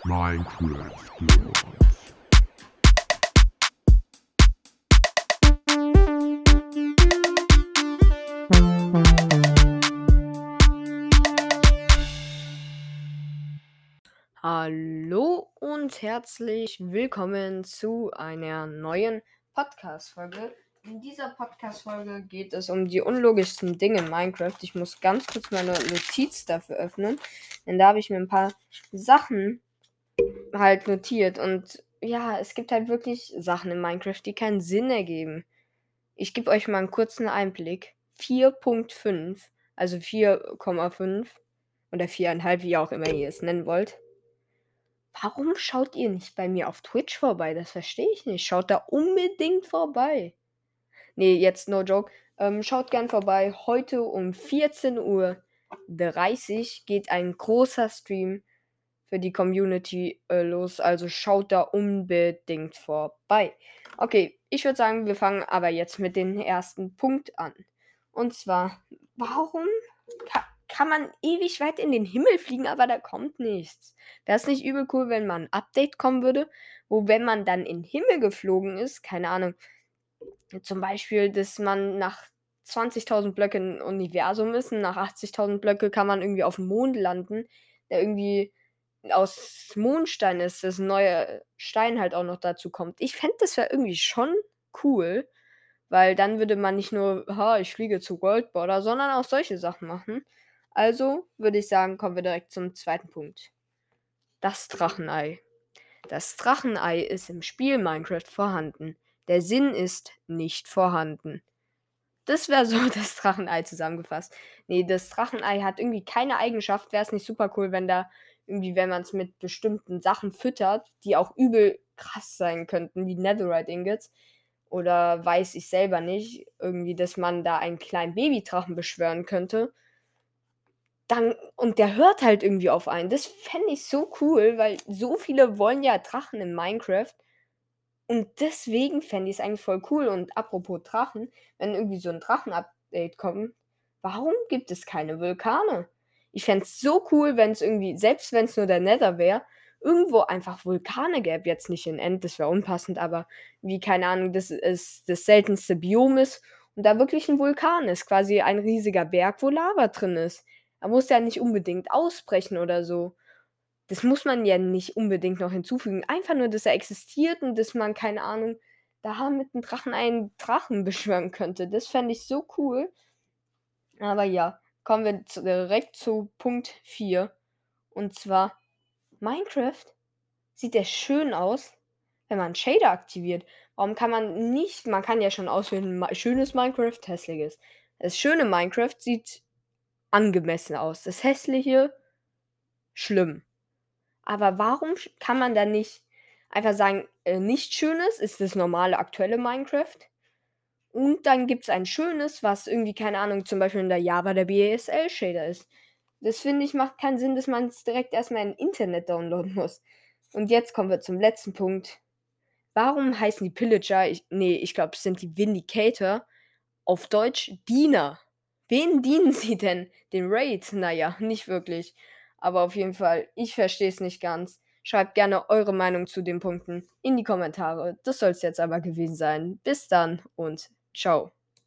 Minecraft Girls. Hallo und herzlich willkommen zu einer neuen Podcast-Folge. In dieser Podcast-Folge geht es um die unlogischsten Dinge in Minecraft. Ich muss ganz kurz meine Notiz dafür öffnen, denn da habe ich mir ein paar Sachen halt notiert. Und ja, es gibt halt wirklich Sachen in Minecraft, die keinen Sinn ergeben. Ich gebe euch mal einen kurzen Einblick. 4.5, also 4,5 oder 4,5, wie auch immer ihr es nennen wollt. Warum schaut ihr nicht bei mir auf Twitch vorbei? Das verstehe ich nicht. Schaut da unbedingt vorbei. Nee, jetzt no joke. Schaut gern vorbei. Heute um 14:30 Uhr geht ein großer Stream für die Community los. Also schaut da unbedingt vorbei. Okay, ich würde sagen, wir fangen aber jetzt mit dem ersten Punkt an. Und zwar, warum kann man ewig weit in den Himmel fliegen, aber da kommt nichts? Wäre es nicht übel cool, wenn mal ein Update kommen würde, wo, wenn man dann in den Himmel geflogen ist, keine Ahnung, zum Beispiel, dass man nach 20.000 Blöcken im Universum ist und nach 80.000 Blöcke kann man irgendwie auf dem Mond landen, der irgendwie aus Mondstein ist, dass ein neuer Stein halt auch noch dazu kommt. Ich fände, das wäre irgendwie schon cool, weil dann würde man nicht nur, ich fliege zu Goldborder, sondern auch solche Sachen machen. Also würde ich sagen, kommen wir direkt zum zweiten Punkt. Das Drachenei. Das Drachenei ist im Spiel Minecraft vorhanden. Der Sinn ist nicht vorhanden. Das wäre so das Drachenei zusammengefasst. Nee, das Drachenei hat irgendwie keine Eigenschaft. Wäre es nicht super cool, wenn da irgendwie, wenn man es mit bestimmten Sachen füttert, die auch übel krass sein könnten, wie Netherite Ingots. Oder weiß ich selber nicht, irgendwie, dass man da einen kleinen Babydrachen beschwören könnte. Dann, und der hört halt irgendwie auf einen. Das fände ich so cool, weil so viele wollen ja Drachen in Minecraft. Und deswegen fände ich es eigentlich voll cool. Und apropos Drachen, wenn irgendwie so ein Drachen-Update kommt, warum gibt es keine Vulkane? Ich fände es so cool, wenn es irgendwie, selbst wenn es nur der Nether wäre, irgendwo einfach Vulkane gäbe. Jetzt nicht in End, das wäre unpassend, aber wie, keine Ahnung, das ist das seltenste Biom ist und da wirklich ein Vulkan ist. Quasi ein riesiger Berg, wo Lava drin ist. Er muss ja nicht unbedingt ausbrechen oder so. Das muss man ja nicht unbedingt noch hinzufügen. Einfach nur, dass er existiert und dass man, keine Ahnung, da mit 'm Drachen einen Drachen beschwören könnte. Das fände ich so cool. Aber ja, kommen wir direkt zu Punkt 4. Und zwar, Minecraft sieht ja schön aus, wenn man Shader aktiviert. Warum kann man nicht, man kann ja schon auswählen, schönes Minecraft, hässliches. Das schöne Minecraft sieht angemessen aus. Das hässliche, schlimm. Aber warum kann man dann nicht einfach sagen, nicht schönes ist das normale aktuelle Minecraft und dann gibt's ein schönes, was irgendwie, keine Ahnung, zum Beispiel in der Java der BASL-Shader ist. Das finde ich, macht keinen Sinn, dass man es direkt erstmal im Internet downloaden muss. Und jetzt kommen wir zum letzten Punkt. Warum heißen die Pillager, ich glaube, es sind die Vindicator, auf Deutsch Diener? Wen dienen sie denn? Den Raid? Naja, nicht wirklich. Aber auf jeden Fall, ich verstehe es nicht ganz. Schreibt gerne eure Meinung zu den Punkten in die Kommentare. Das soll es jetzt aber gewesen sein. Bis dann und ciao.